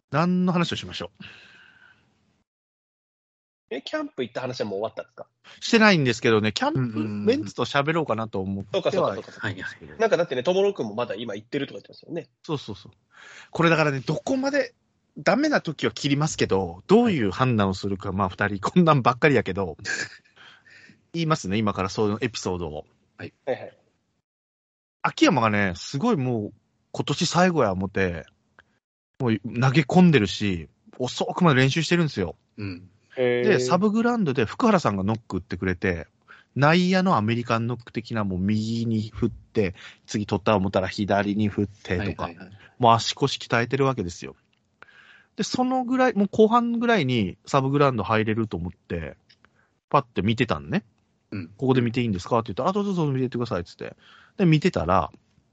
何の話をしましょキャンプ行った話はもう終わったんですか？ う。してないんですけどね、キャンプ、 うんうんうんメンツと喋ろうかなと思ってはそうかそうかそうかはいはい。 なんかだってね、ともろくんもまだ今行ってるとか言ってますよね。 そうそうそう。これだからね、どこまで、ダメな時は切りますけど、どういう判断をするか、まあ二人、こんなんばっかりやけど、言いますね、今からそういうエピソードを。 はいはい。 秋山がね、すごいもう、今年最後や思って、もう投げ込んでるし、遅くまで練習してるんですよ。 うん。 で、サブグラウンドで福原さんがノック打ってくれて、内野のアメリカンノック的なもう右に振って、次取ったら思ったら左に振ってとか、 はいはいはい。 もう足腰鍛えてるわけですよ。で、そのぐらい、もう後半ぐらいにサブグラウンド入れると思って、パッて見てたんね。 うん。 ここで見ていいんですかって言ったら、あ、どうぞどうぞ見ててくださいって言って。で、見てたら、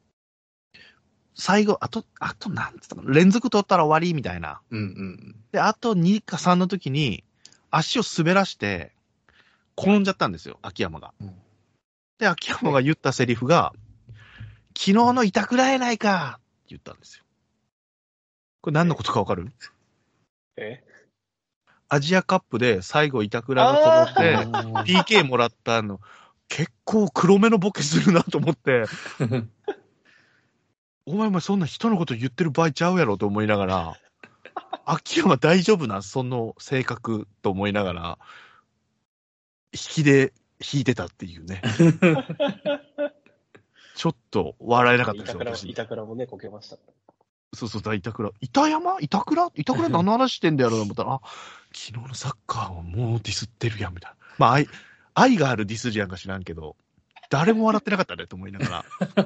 最後、あとなんつったかな、連続取ったら終わりみたいな。 うんうんで、あと2か3の時に、足を滑らして、転んじゃったんですよ、秋山が。 うんで、秋山が言ったセリフが、昨日の板倉やないかって言ったんですよ。これ何のことかわかる？アジアカップで最後板倉が転んで、PK もらったの、結構黒目のボケするなと思って、お前そんな人のこと言ってる場合ちゃうやろと思いながら、秋山大丈夫なその性格と思いながら、引きで引いてたっていうね。ちょっと笑えなかったですよ、私。 板倉もね、こけました。 そうそう、板倉。板倉何の話してんだやろうと思ったら、あ、昨日のサッカーをもうディスってるやん、みたいな。まあ、愛があるディスりやんか知らんけど、誰も笑ってなかったねと思いながら。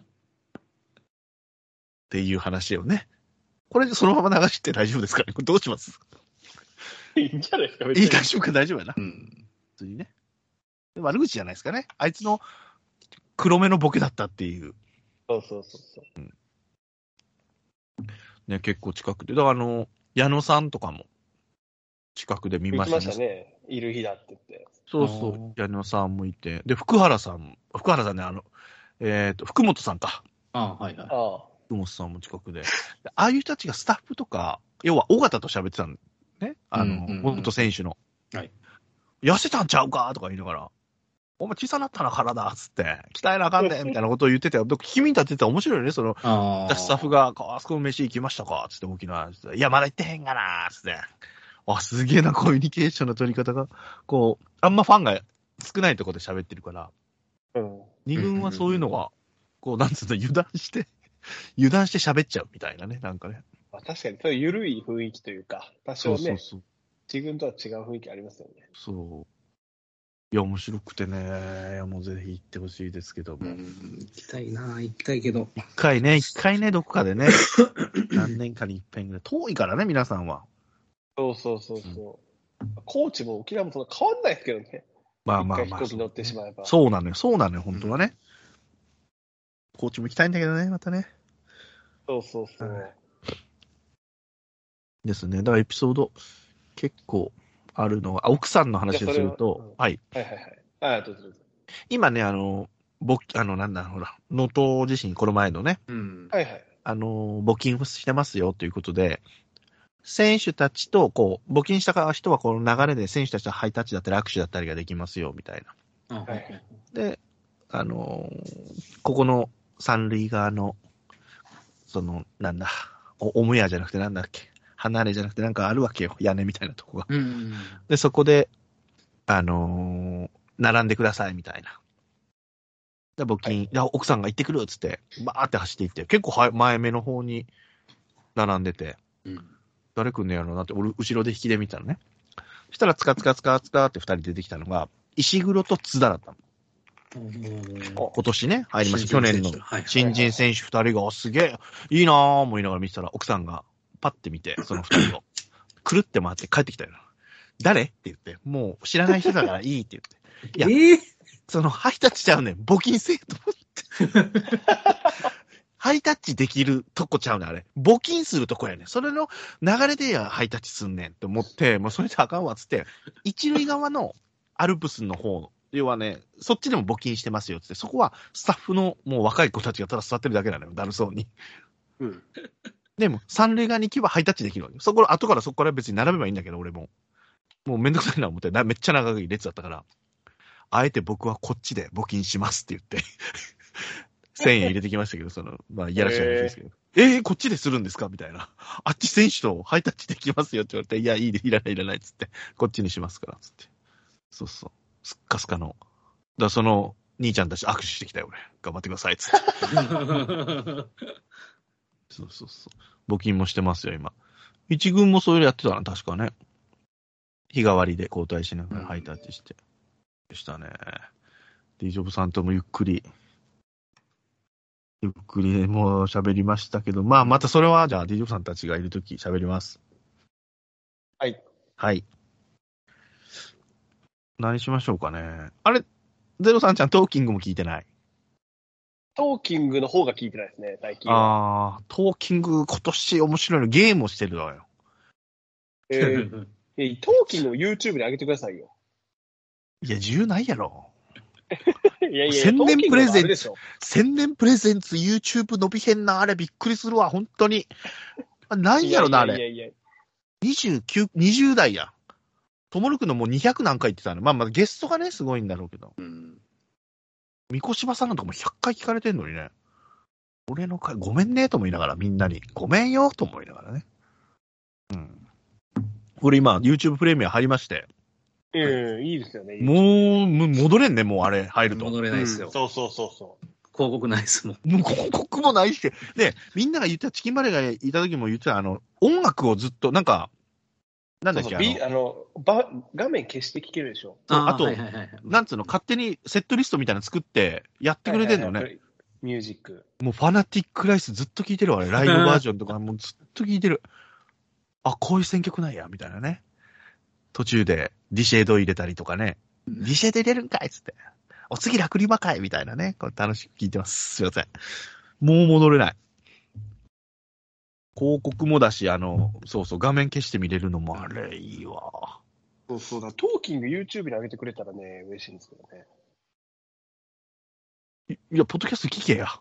っていう話をね。これそのまま流して大丈夫ですかね？これどうします？ いいんじゃないですか、別いいに。 大丈夫か大丈夫やな。 うん。 普通にね。悪口じゃないですかね。あいつの黒目のボケだったっていう。 そうそう。 ね、結構近くで。だから矢野さんとかも近くで見ましたね。 行きましたね。いる日だって言って。 そうそう。矢野さんもいて。で、福原さんね、福本さんか。 ああ、はいはい。 福本さんも近くで。ああいう人たちがスタッフとか、要は尾形と喋ってたんね。元選手の。 はい。 痩せたんちゃうかとか言いながら。お前小さなったな体つって、鍛えなあかんねみたいなことを言ってたよ。君たちって面白いよね、スタッフが、あそこの飯行きましたかつって大きな、いや、まだ行ってへんがなつって。あ、すげえな、コミュニケーションの取り方が、こう、あんまファンが少ないところで喋ってるから、二軍はそういうのが、こう、なんつうの、油断して喋っちゃうみたいなね、なんかね。 確かに、そういう緩い雰囲気というか、多少ね、 そう自分とは違う雰囲気ありますよね。 そう。いや、面白くてね、いや、もうぜひ行ってほしいですけども。 行きたいけど。 一回ね、どこかでね、何年かに一遍ぐらい。遠いからね、皆さんは。 そう。高知も沖縄もそんな変わんないですけどね。 まあ。 一回飛行機乗ってしまえば。 そうなのよ、本当はね。高知も行きたいんだけどね、またね。 そう。 ですね。だからエピソード結構あるのは、奥さんの話をすると、はい。 どうぞ。 今ね、能登地震、この前のね、募金をしてますよということで、選手たちと、こう、募金した人はこの流れで選手たちとハイタッチだったり握手だったりができますよ、みたいな。で、ここの三塁側の、母屋じゃなくてなんだっけ、離れじゃなくてなんかあるわけよ、屋根みたいなとこが。で、そこで、並んでください、みたいな。で、募金、奥さんが行ってくるっつって、バーって走っていって、結構前目の方に並んでて、誰来んねやろうなって、俺、後ろで引きで見たのね。そしたら、つかって二人出てきたのが、石黒と津田だったの。今年ね、入りました。去年の新人選手二人が、すげえ、いいなぁ思いながら見てたら、奥さんがパッて見て、その二人を、くるって回って帰ってきたよ。誰って言って、もう知らない人だからいいって言って。いや、そのハイタッチちゃうねん。募金せえと思って。ハイタッチできるとこちゃうねん、あれ。募金するとこやねん。それの流れでハイタッチすんねんって思って、もうそれじゃあかんわっつって、一塁側のアルプスの方、要はね、そっちでも募金してますよっつって、そこはスタッフのもう若い子たちがただ座ってるだけなのよ、だるそうに。 でも、三塁側に行けばハイタッチできるわけ。後からそこから別に並べばいいんだけど、俺も。もうめんどくさいな思って、めっちゃ長い列だったから、あえて僕はこっちで募金しますって言って、1000円入れてきましたけど、まあ、いやらしい話ですけど。こっちでするんですかみたいな。あっち選手とハイタッチできますよって言われて、いや、いらないっつって、こっちにしますから、つって。そうそう。すっかすかの。その、兄ちゃんたち握手してきたよ、俺。頑張ってください、つって。そう。募金もしてますよ、今。一軍もそういうのやってたな、確かね。日替わりで交代しながらハイタッチして。でしたね。Dジョブさんともゆっくりもう喋りましたけど、まあ、またそれは、じゃあ Dジョブさんたちがいるとき喋ります。 はい。 はい。何しましょうかね。あれ、ゼロさんちゃんトーキングも聞いてない。 トーキングの方が聞いてないですね、最近は。 トーキング今年面白いのゲームをしてるのよ。 トーキングを YouTube に上げてくださいよ。 いや、自由ないやろ。 いや、 千年プレゼンツ YouTube 伸びへんな、あれびっくりするわ、本当に。なんやろな、あれ。20代や。ともるくんのもう200何回言ってたの。まあゲストがね、すごいんだろうけど。三越柴さんなんとかも100回聞かれてんのにね。俺の回、ごめんねと思いながら、みんなに。ごめんよと思いながらね。俺今、YouTube プレミア入りまして。 いいですよね。 もう、戻れんね、もうあれ、入ると。 戻れないですよ。 そう。 広告ないですもん。 もう広告もないし。で、みんなが言ってた、チキンバレーがいた時も言ってた、音楽をずっと、なんだっけ、 画面消して聴けるでしょ。 あと、なんつうの、勝手にセットリストみたいなの作って、やってくれてんのね。 ミュージック。 もうファナティックライスずっと聴いてるわ、あれ。ライブバージョンとかもうずっと聴いてる。あ、こういう選曲なんや、みたいなね。途中でディシェード入れたりとかね。ディシェード入れるんかいっつって。お次ラクリマかいみたいなね。これ楽しく聴いてます。すいません。もう戻れない。広告もだし、そうそう、画面消して見れるのもあれいいわ。 そうだ。トーキング YouTube に上げてくれたらね、嬉しいんですけどね。 いや、ポッドキャスト聞けや。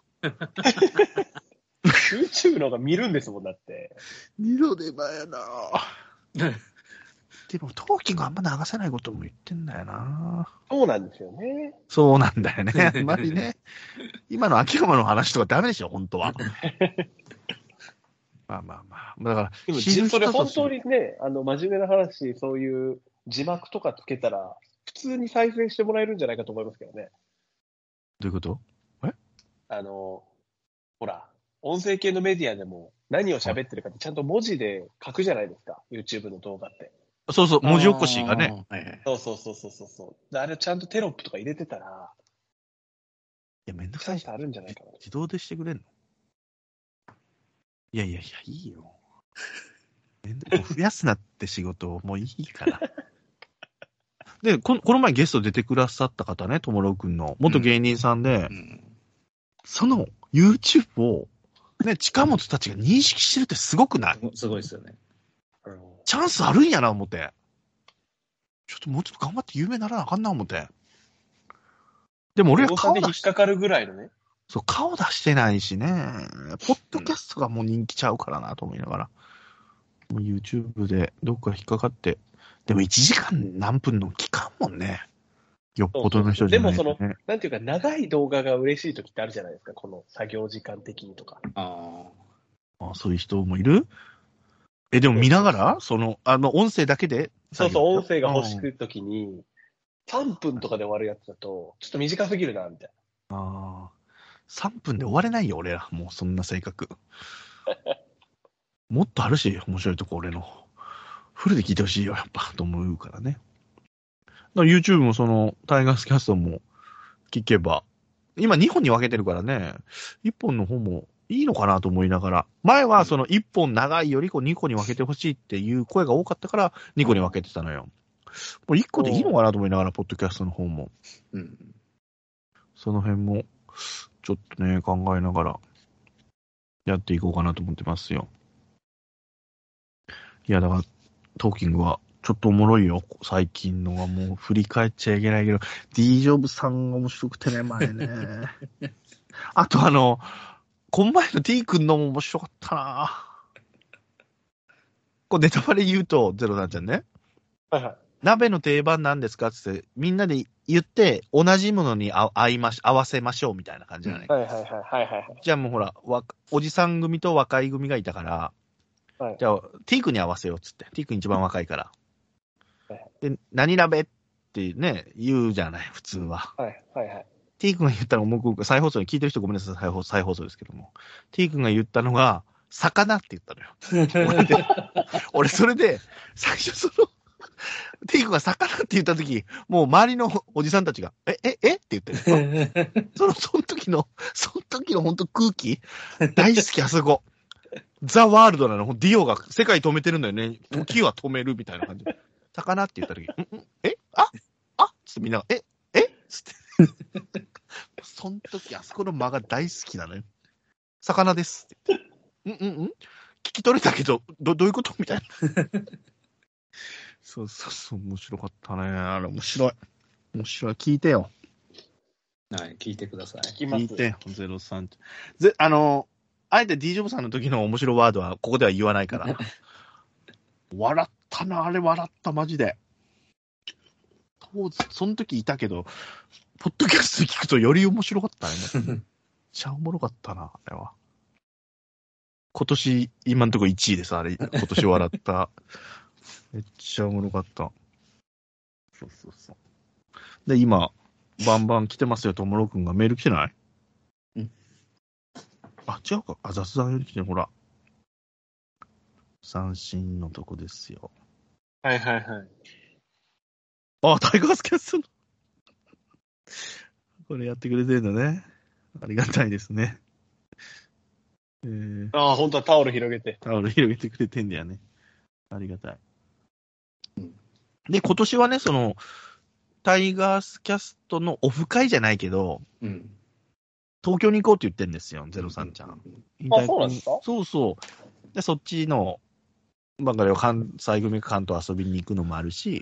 YouTube の方が見るんですもん、だって。 見ろでばやな。でも、トーキングあんま流せないことも言ってんだよな。 そうなんですよね。 そうなんだよね。あんまりね。今の秋山の話とかダメでしょ、本当は。まあ。だから、 でもそれ本当にね、真面目な話、そういう字幕とかつけたら、普通に再生してもらえるんじゃないかと思いますけどね。 どういうこと？ ほら、音声系のメディアでも何を喋ってるかってちゃんと文字で書くじゃないですか、YouTube の動画って。 そうそう、文字起こしがね。 そう。あれちゃんとテロップとか入れてたら、 いや、めんどくさい。 あるんじゃないかな。 自動でしてくれんの？いや、いいよ。増やすなって仕事、もういいから。で、この前ゲスト出てくださった方ね、ともろうくんの元芸人さんで、その YouTube を、ね、近本たちが認識してるってすごくない？ すごいですよね。 チャンスあるんやな、思って。ちょっともうちょっと頑張って有名にならなあかんな、思って。でも俺は顔で引っかかるぐらいのね。 そう、顔出してないしね。ポッドキャストがもう人気ちゃうからなと思いながら。もう YouTube でどっか引っかかって。でも1時間何分の期間もんね。よっぽどの人じゃない、ね。 でもなんていうか、長い動画が嬉しい時ってあるじゃないですか。この作業時間的にとか。 そういう人もいる？でも見ながら音声だけでそう、音声が欲しく時に、3分とかで終わるやつだと、ちょっと短すぎるな、みたいな。3分で終われないよ、俺ら。もうそんな性格。もっとあるし、面白いとこ俺の。フルで聞いてほしいよ、やっぱ、と思うからね。だから YouTube もタイガースキャストも聞けば、今2本に分けてるからね、1本の方もいいのかなと思いながら、前は1本長いより2個に分けてほしいっていう声が多かったから2個に分けてたのよ。もう1個でいいのかなと思いながら、ポッドキャストの方も。その辺も、ちょっとね、考えながら、やっていこうかなと思ってますよ。いや、だから、トーキングは、ちょっとおもろいよ。最近のはもう振り返っちゃいけないけど、D ジョブさんが面白くてね、前ね。あとこの前の T 君のも面白かったな。 こうネタバレ言うと、ゼロさんちゃんね。 はいはい。 鍋の定番なんですかって、みんなで言って、同じものに合わせましょうみたいな感じじゃない、 はいはいはいはいはい。 じゃあもうほら、おじさん組と若い組がいたから、 はい、 じゃあ、ティークに合わせようっつって。ティーク一番若いから。 はい、 で、何鍋ってね、言うじゃない、普通は。 はいはいはい。 ティークが言ったのも、僕、再放送に聞いてる人ごめんなさい、再放送ですけども。ティークが言ったのが、魚って言ったのよ。俺それで、最初ティークが魚って言ったとき、もう周りのおじさんたちが、って言ってる。その時の本当空気、大好き、あそこ。ザ・ワールドなの。ディオが世界止めてるんだよね。時は止めるみたいな感じ。魚って言った時、つってみんなが、つって。その時、あそこの間が大好きなのよ。魚ですって言って。聞き取れたけど、どういうことみたいな。そう、面白かったね。あれ、面白い。聞いてよ。 はい、聞いてください。 聞いて、03。あえて D ジョブさんの時の面白ワードは、ここでは言わないから。笑ったな、あれ笑った、マジで。その時いたけど、ポッドキャスト聞くとより面白かったね。めっちゃおもろかったな、あれは。今年、今のところ1位です、あれ。今年笑った。めっちゃおもろかった。そう。で、今、バンバン来てますよ、ともろくんが。メール来てない？違うか。雑談より来てる、ほら。三振のとこですよ。 はいはいはい。 タイガースキャストの。これやってくれてるんだね。ありがたいですね。 本当はタオル広げて。 タオル広げてくれてんだよね。ありがたい。で、今年はね、タイガースキャストのオフ会じゃないけど、東京に行こうって言ってるんですよ、03ちゃん。 そうなんですか？ そう。で、そっちの、関西組関東遊びに行くのもあるし、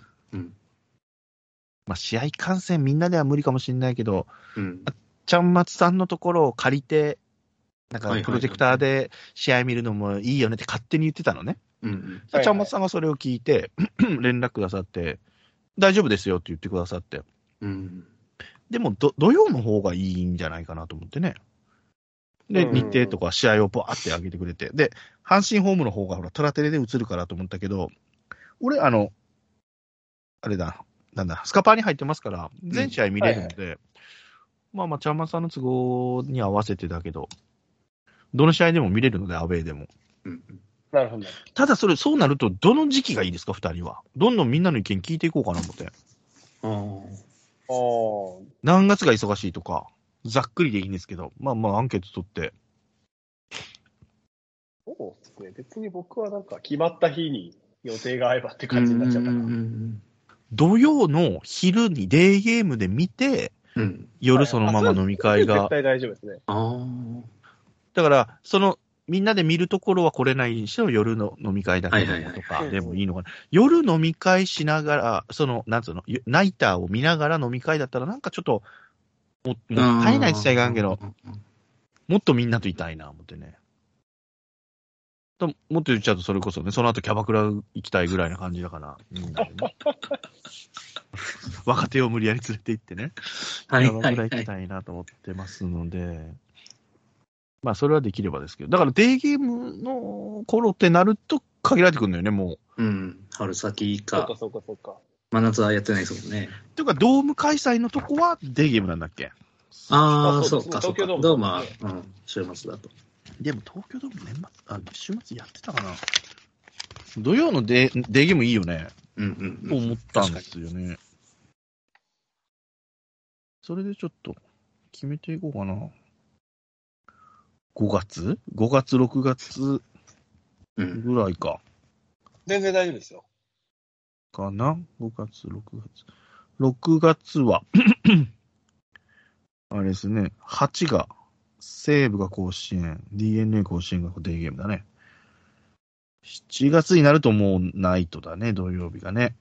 試合観戦みんなでは無理かもしれないけど、ちゃんまつさんのところを借りて、プロジェクターで試合見るのもいいよねって勝手に言ってたのね。ちゃんまつさんがそれを聞いて、連絡くださって、大丈夫ですよって言ってくださって。でも土曜の方がいいんじゃないかなと思ってね。で、日程とか試合をバーって上げてくれて。で、阪神ホームの方がほら、トラテレで映るからと思ったけど、俺、あれだ、スカパーに入ってますから、全試合見れるので、ちゃんまつさんの都合に合わせてだけど、どの試合でも見れるので、アウェーでも。 なるほど。 ただそうなると、どの時期がいいですか、二人は。どんどんみんなの意見聞いていこうかな思って。何月が忙しいとか、ざっくりでいいんですけど、アンケート取って。 そうですね。別に僕は決まった日に予定が合えばって感じになっちゃうから。 土曜の昼にデーゲームで見て、夜そのまま飲み会が。 絶対大丈夫ですね。 だから、みんなで見るところは来れないにしても夜の飲み会だけとかでもいいのかな。夜飲み会しながら、ナイターを見ながら飲み会だったらちょっと、もったいないって言っちゃいかんけど、もっとみんなといたいな、思ってね。もっと言っちゃうとそれこそね、その後キャバクラ行きたいぐらいな感じだから、みんなでね。若手を無理やり連れて行ってね。キャバクラ行きたいなと思ってますので、それはできればですけど。だからデーゲームの頃ってなると限られてくるんだよね、もう。春先か。 そうか。 真夏はやってないですもんね。 というか、ドーム開催のとこはデーゲームなんだっけ？ そうか。東京ドームは、週末だと。 でも東京ドーム週末やってたかな。土曜のデーゲームいいよね。と思ったんですよね。それでちょっと決めていこうかな。5月、6月ぐらいか。 全然大丈夫ですよ。 かな ?5 月、6月。6月は、あれですね、8が、西武が甲子園、DNA 甲子園がデーゲームだね。7月になるともうナイトだね、土曜日がね。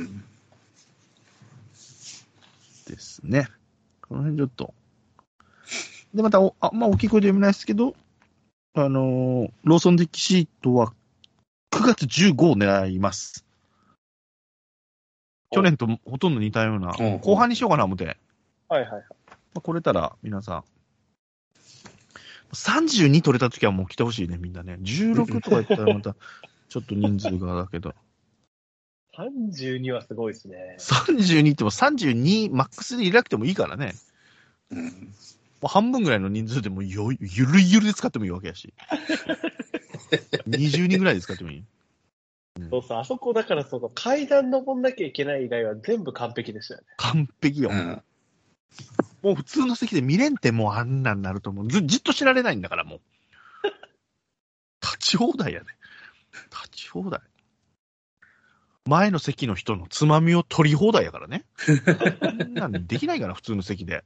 ですね。この辺ちょっと。で、また大きい声で読めないですけど、ローソンデッキシートは9 9月15を狙います。去年とほとんど似たような、後半にしようかな思って。 はいはいはい。 これたら、皆さん。32取れたときはもう来てほしいね、みんなね。16とか言ったらまた、ちょっと人数がだけど。 32はすごいですね。 32っても32マックスで入れなくてもいいからね。もう半分ぐらいの人数でもゆるゆるで使ってもいいわけやし。20人ぐらいで使ってもいい。 そうそう、あそこだから階段登んなきゃいけない以外は全部完璧でしたよね。 完璧よ。もう普通の席で見れんってもうあんなんなるともうじっと知られないんだからもう。立ち放題やね。立ち放題。前の席の人のつまみを取り放題やからね。そんなんできないから、普通の席で。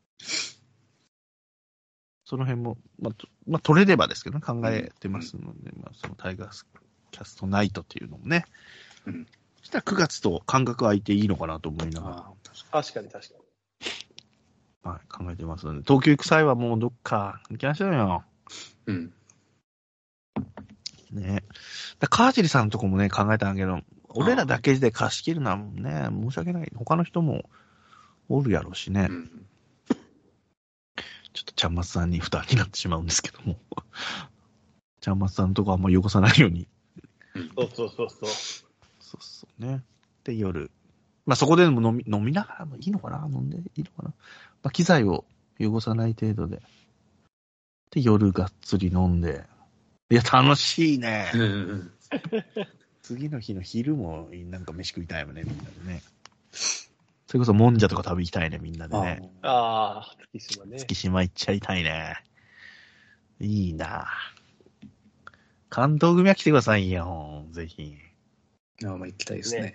その辺も、まあ、取れればですけどね、考えてますので、そのタイガースキャストナイトっていうのもね。そしたら9月と間隔空いていいのかなと思いながら。 確かに。 はい、考えてますので、東京行く際はもうどっか行きましょうよ。ね。川尻さんのとこもね、考えたんだけど、俺らだけで貸し切るのはね、申し訳ない。他の人もおるやろうしね。ちょっとちゃんまつさんに負担になってしまうんですけども。ちゃんまつさんのとこはあんま汚さないように。そうね。で、夜。まあそこでも飲みながらもいいのかな、飲んでいいのかな。まあ機材を汚さない程度で。で、夜がっつり飲んで。いや、楽しいね。次の日の昼もなんか飯食いたいもんね、みんなでね。それこそもんじゃとか食べ行きたいね、みんなでね。 月島ね。 月島行っちゃいたいね。いいな。関東組は来てくださいよ、ぜひ。 まあ行きたいですね。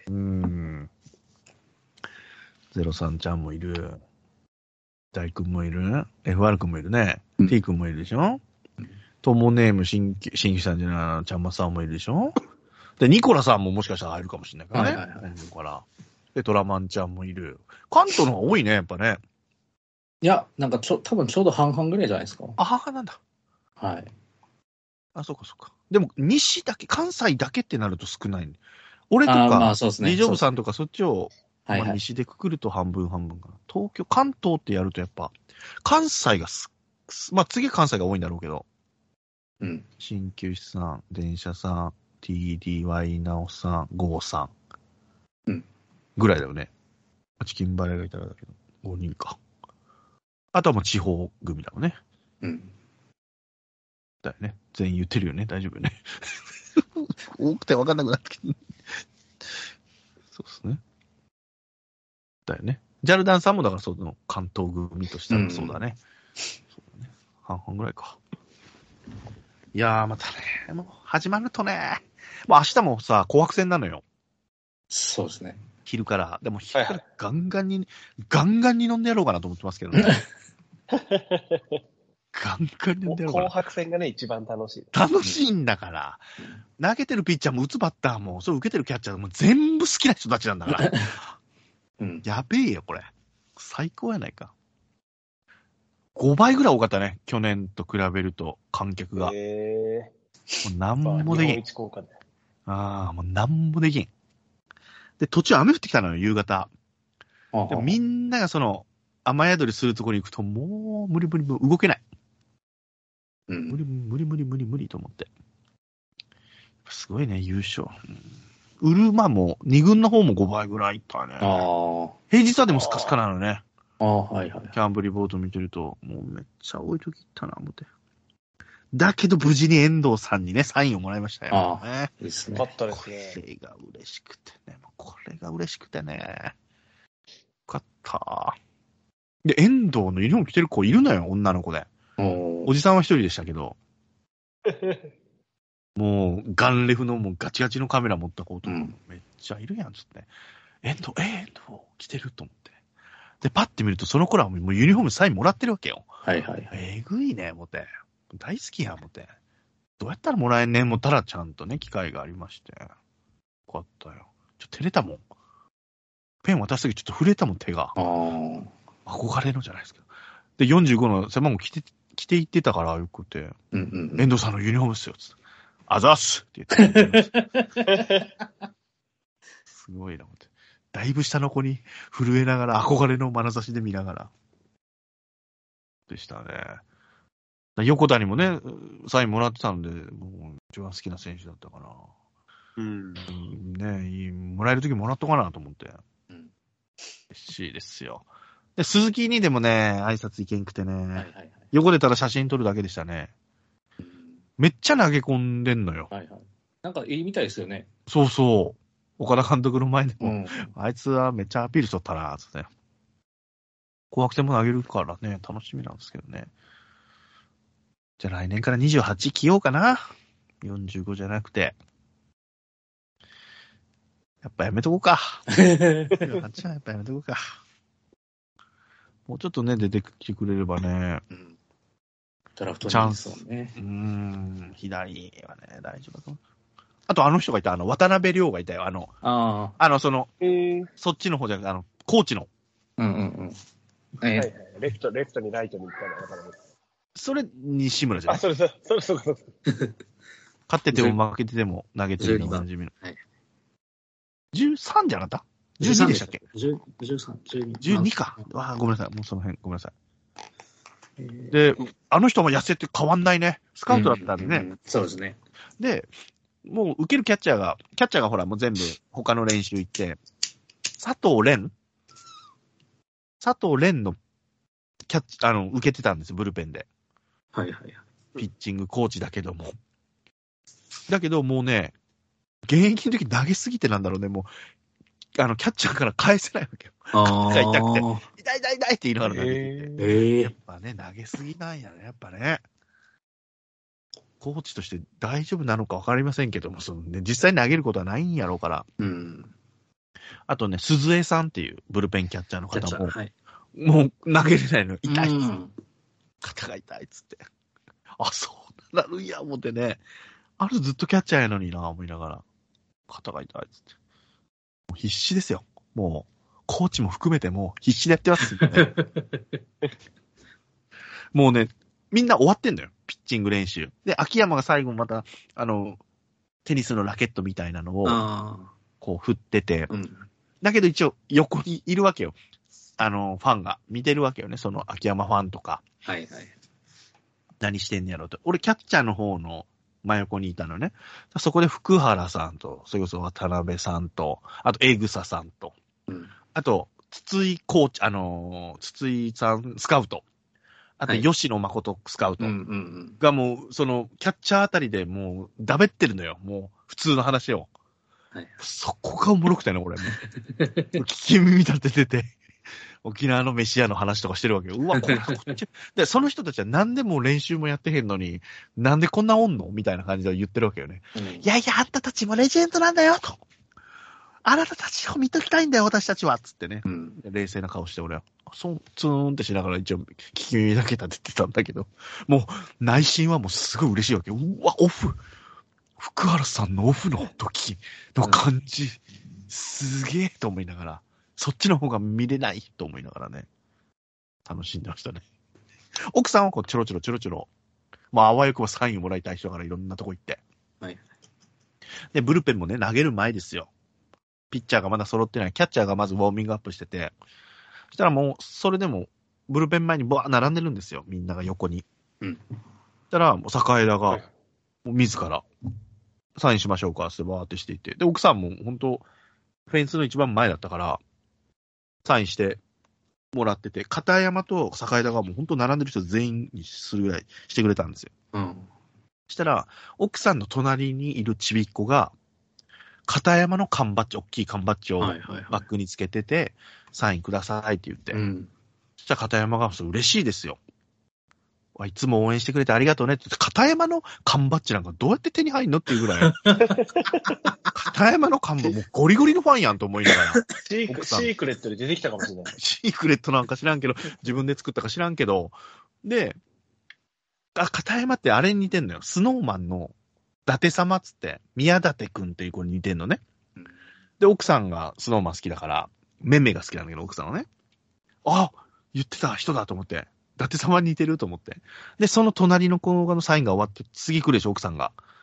03ちゃんもいる。大君もいる。FR 君もいるね。T 君もいるでしょ。トモネーム新規さんじゃない、ちゃんまさんもいるでしょ。で、ニコラさんももしかしたら入るかもしれないからね。で、トラマンちゃんもいる。関東の方が多いね、やっぱね。 いや、なんか多分ちょうど半々ぐらいじゃないですか。 なんだ。 はい。 そうか。でも、西だけ、関西だけってなると少ない。俺とか、リージョブさんとかそっちを、西でくくると半分かな。東京、関東ってやるとやっぱ、関西が次関西が多いんだろうけど。鍼灸師さん、電車さん、TDY なおさん、ゴーさん。ぐらいだよね。チキンバレーがいたらだけど、5人か。あとはもう地方組だよね。だよね。全員言ってるよね。大丈夫よね。多くて分かんなくなってきて。そうですね。だよね。ジャルダンさんもだからその関東組としたらそうだね。そうだね。半々ぐらいか。いやー、またね、もう始まるとね、もう明日もさ、紅白戦なのよ。 そうですね。 昼から。でも昼からガンガンに飲んでやろうかなと思ってますけどね。ガンガンに飲んでやろうかな。 紅白戦がね、一番楽しい。 楽しいんだから。投げてるピッチャーも打つバッターも、それ受けてるキャッチャーも全部好きな人たちなんだから。やべえよ、これ。最高やないか。5倍ぐらい多かったね。去年と比べると、観客が。もうなんもできん。もうなんもできん。で、途中雨降ってきたのよ、夕方。でもみんなが雨宿りするところに行くと、もう無理動けない。無理と思って。すごいね、優勝。ウルマも、2軍の方も5倍ぐらいいったね。平日はでもスカスカなのね。キャンプリポート見てると、もうめっちゃ多い時いったな、思って。だけど無事に遠藤さんにね、サインをもらいましたよ。 いいですね。よかったですね。 これが嬉しくてね。よかった。で、遠藤のユニフォーム着てる子いるのよ、女の子で。おじさんは一人でしたけど。もう、ガンレフのもうガチガチのカメラ持った子とかめっちゃいるやん、つって。遠藤着てると思って。で、パッて見ると、その子らはもうユニフォームサインもらってるわけよ。えぐいね、思って。大好きやん、思って。どうやったらもらえんねん思ったら、ちゃんとね、機会がありまして。よかったよ。照れたもん。ペン渡すときちょっと震えたもん、手が。憧れのじゃないですけど。で、45の背番号着ていってたからよくて。遠藤さんのユニフォームっすよ、つって。 あざっすって言ってすごいな、思って。だいぶ下の子に震えながら、憧れの眼差しで見ながら。でしたね。横田にもね、サインもらってたので、もう一番好きな選手だったかな。ね、もらえるときもらっとかなと思って。嬉しいですよ。で、鈴木にでもね、挨拶行けんくてね、横でたら写真撮るだけでしたね。めっちゃ投げ込んでんのよ。 なんかいいみたいですよね。 そうそう。岡田監督の前でも、あいつはめっちゃアピールしとったな、つって。紅白戦も投げるからね、楽しみなんですけどね。じゃあ来年から28着ようかな。45じゃなくて。やっぱやめとこうか。28はやっぱやめとこうか。もうちょっとね、出てきてくれればね。 ドラフトチャンスをね。 左はね、大丈夫だと思う。あとあの人がいた、渡辺亮がいたよ。そっちの方じゃなくて、コーチの。 はいはい。レフトにライトに行ったの渡辺。 それ、西村じゃない？ それ。勝ってても負けてても投げてるのがおなじみの。13じゃなかった ?12 でしたっけ ?12 か。ごめんなさい。もうその辺、ごめんなさい。で、あの人も痩せて変わんないね。スカウトだったんでね。 そうですね。 で、もう受けるキャッチャーがほらもう全部他の練習行って、佐藤蓮の受けてたんですよ、ブルペンで。ピッチングコーチだけども。だけどもうね、現役の時投げすぎてなんだろうね、もう、キャッチャーから返せないわけよ。肩が痛くて、痛いって言いながら投げてて。やっぱね、投げすぎないやね、やっぱね。コーチとして大丈夫なのか分かりませんけども、実際に投げることはないんやろうから。あとね、鈴江さんっていうブルペンキャッチャーの方も、もう投げれないの、痛い。肩が痛いっつって。あ、そうなるんや、思ってね。あれずっとキャッチャーやのにな、思いながら。肩が痛いっつって。もう必死ですよ。もう、コーチも含めてもう必死でやってますんでね。もうね、みんな終わってんだよ。ピッチング練習。で、秋山が最後また、テニスのラケットみたいなのを、こう振ってて、だけど一応横にいるわけよ。ファンが見てるわけよね。その秋山ファンとか。何してんねやろうと。俺、キャッチャーの方の真横にいたのね。そこで福原さんと、それこそ渡辺さんと、あと、江草さんと、あと、筒井コーチ、筒井さん、スカウト。あと、吉野誠スカウトがもう、その、キャッチャーあたりでもう、だべってるのよ。もう、普通の話を。そこがおもろくてね、俺も。聞き耳立ててて、沖縄の飯屋の話とかしてるわけよ。うわ、こっち。で、その人たちはなんでもう練習もやってへんのに、なんでこんなおんのみたいな感じで言ってるわけよね。いやいや、あんたたちもレジェンドなんだよ、と。あなたたちを見ときたいんだよ、私たちは。つってね。冷静な顔して俺は。ツーンってしながら一応聞き耳だけ立ててたんだけど、もう内心はもうすごい嬉しいわけよ。うわ、オフ。福原さんのオフの時の感じ、すげえと思いながら、そっちの方が見れないと思いながらね、楽しんでましたね。奥さんはこうちょろちょろ、まあ、あわよくばサインをもらいたい人からいろんなとこ行って。で、ブルペンもね、投げる前ですよ。ピッチャーがまだ揃ってない。キャッチャーがまずウォーミングアップしてて、そしたらもう、それでも、ブルペン前にバー並んでるんですよ。みんなが横に。そしたら、もう坂枝が、自ら、サインしましょうかってバーってしていて。で、奥さんも本当フェンスの一番前だったから、サインしてもらってて、片山と坂枝がもう本当並んでる人全員にするぐらいしてくれたんですよ。そしたら、奥さんの隣にいるちびっ子が、片山の缶バッジ、大きい缶バッジをバッグにつけてて、サインくださいって言って。そしたら片山が嬉しいですよ。いつも応援してくれてありがとうねって言って、片山の缶バッジなんかどうやって手に入んのっていうぐらい。片山の缶バッジ、もうゴリゴリのファンやんと思いながら。 シークレットで出てきたかもしれない。 シークレットなんか知らんけど、自分で作ったか知らんけど。で、片山ってあれに似てんのよ。スノーマンの伊達様っつって、宮舘くんっていう子に似てんのね。で、奥さんがスノーマン好きだから、メメが好きなんだけど、奥さんはね。あ、言ってた人だと思って。伊達様に似てると思って。で、その隣の子のサインが終わって、次来るでしょ、奥さんが。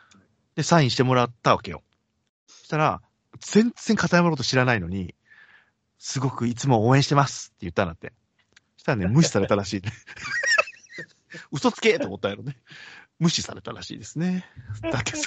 で、サインしてもらったわけよ。そしたら、全然片山のこと知らないのに、すごくいつも応援してますって言ったんだって。そしたらね、無視されたらしいね。嘘つけと思ったやろね。無視されたらしいですね。だけど、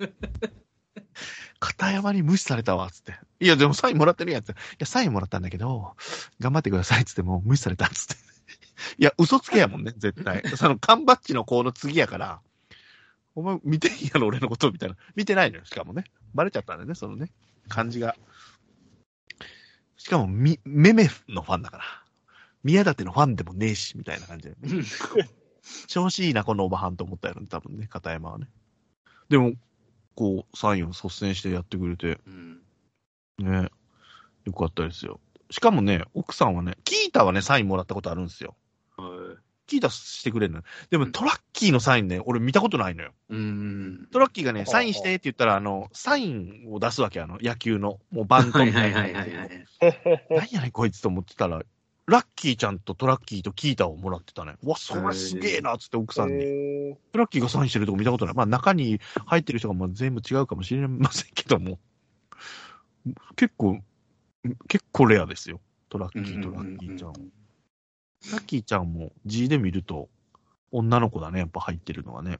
片山に無視されたわ、つって。いや、でもサインもらってるやんって。いや、サインもらったんだけど、頑張ってください、つっても無視された、つって。いや、嘘つけやもんね、絶対。その缶バッジの子の次やから、お前見てんやろ、俺のことみたいな。見てないのよ、しかもね。バレちゃったんだよね、そのね、感じが。しかも、めめのファンだから。宮舘のファンでもねえし、みたいな感じで、ね。調子いいな、このおばはんと思ったよね、多分ね、片山はね。でも、こう、サインを率先してやってくれて、ね、よかったですよ。しかもね、奥さんはね、キータはね、サインもらったことあるんですよ。キータしてくれるのよ。でも、トラッキーのサインね、俺見たことないのよ。トラッキーがね、サインしてって言ったら、サインを出すわけ、野球の、もうバントみたいな。何やねん、こいつと思ってたら、ラッキーちゃんとトラッキーとキータをもらってたね。うわ、それすげえな、つって奥さんに。トラッキーがサインしてるとこ見たことない。まあ、中に入ってる人がまあ全部違うかもしれませんけども。結構レアですよ。トラッキーとラッキーちゃん。ラッキーちゃんも G で見ると、女の子だね、やっぱ入ってるのはね。